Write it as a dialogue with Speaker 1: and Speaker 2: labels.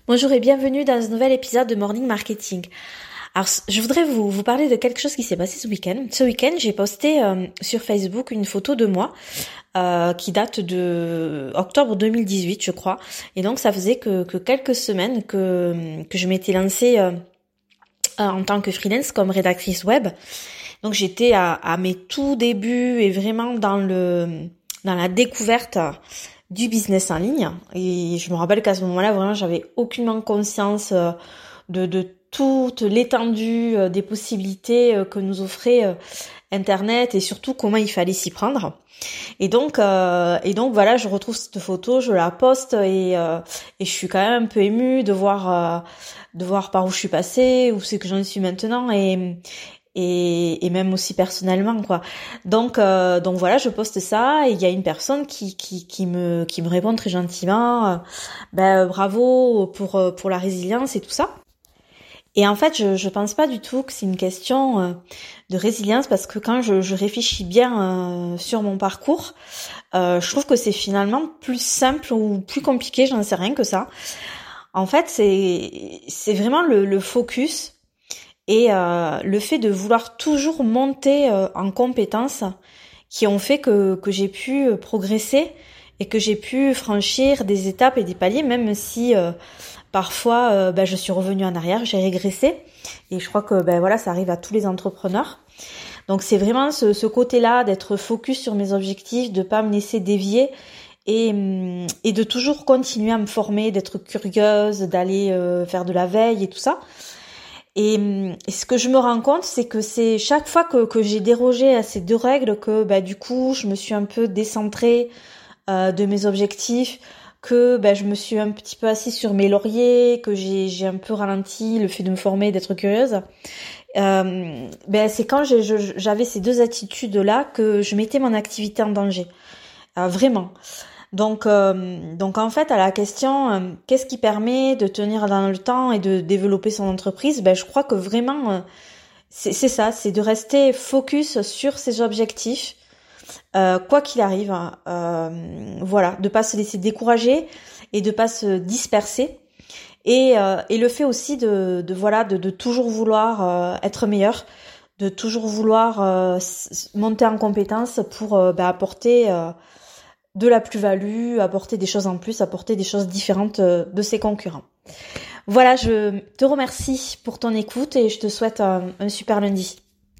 Speaker 1: Bonjour et bienvenue dans un nouvel épisode de Morning Marketing. Alors, je voudrais vous parler de quelque chose qui s'est passé ce week-end. Ce week-end, j'ai posté sur Facebook une photo de moi qui date de octobre 2018, je crois. Et donc, ça faisait que quelques semaines que je m'étais lancée en tant que freelance comme rédactrice web. Donc, j'étais à mes tout débuts et vraiment dans la découverte du business en ligne. Et je me rappelle qu'à ce moment-là, vraiment, j'avais aucunement conscience de toute l'étendue des possibilités que nous offrait Internet et surtout comment il fallait s'y prendre. Et donc voilà, je retrouve cette photo, je la poste et je suis quand même un peu émue de voir par où je suis passée, où c'est que j'en suis maintenant et même aussi personnellement quoi. Donc voilà, je poste ça et il y a une personne qui me répond très gentiment bravo pour la résilience et tout ça. Et en fait, je pense pas du tout que c'est une question de résilience parce que quand je réfléchis bien sur mon parcours, je trouve que c'est finalement plus simple ou plus compliqué, j'en sais rien que ça. En fait, c'est vraiment le focus et le fait de vouloir toujours monter en compétences qui ont fait que j'ai pu progresser et que j'ai pu franchir des étapes et des paliers, même si parfois je suis revenue en arrière, j'ai régressé. Et je crois que voilà, ça arrive à tous les entrepreneurs. Donc c'est vraiment ce côté-là d'être focus sur mes objectifs, de pas me laisser dévier et de toujours continuer à me former, d'être curieuse, d'aller faire de la veille et tout ça. Et ce que je me rends compte, c'est que c'est chaque fois que j'ai dérogé à ces deux règles que du coup je me suis un peu décentrée de mes objectifs, que je me suis un petit peu assise sur mes lauriers, que j'ai un peu ralenti le fait de me former, d'être curieuse. C'est quand j'avais ces deux attitudes-là que je mettais mon activité en danger. Vraiment. Donc en fait, à la question qu'est-ce qui permet de tenir dans le temps et de développer son entreprise, je crois que vraiment c'est ça, c'est de rester focus sur ses objectifs, quoi qu'il arrive. Voilà, de pas se laisser décourager et de pas se disperser. Et le fait aussi de toujours vouloir être meilleur, de toujours vouloir monter en compétence pour apporter de la plus-value, apporter des choses en plus, apporter des choses différentes de ses concurrents. Voilà, je te remercie pour ton écoute et je te souhaite un super lundi.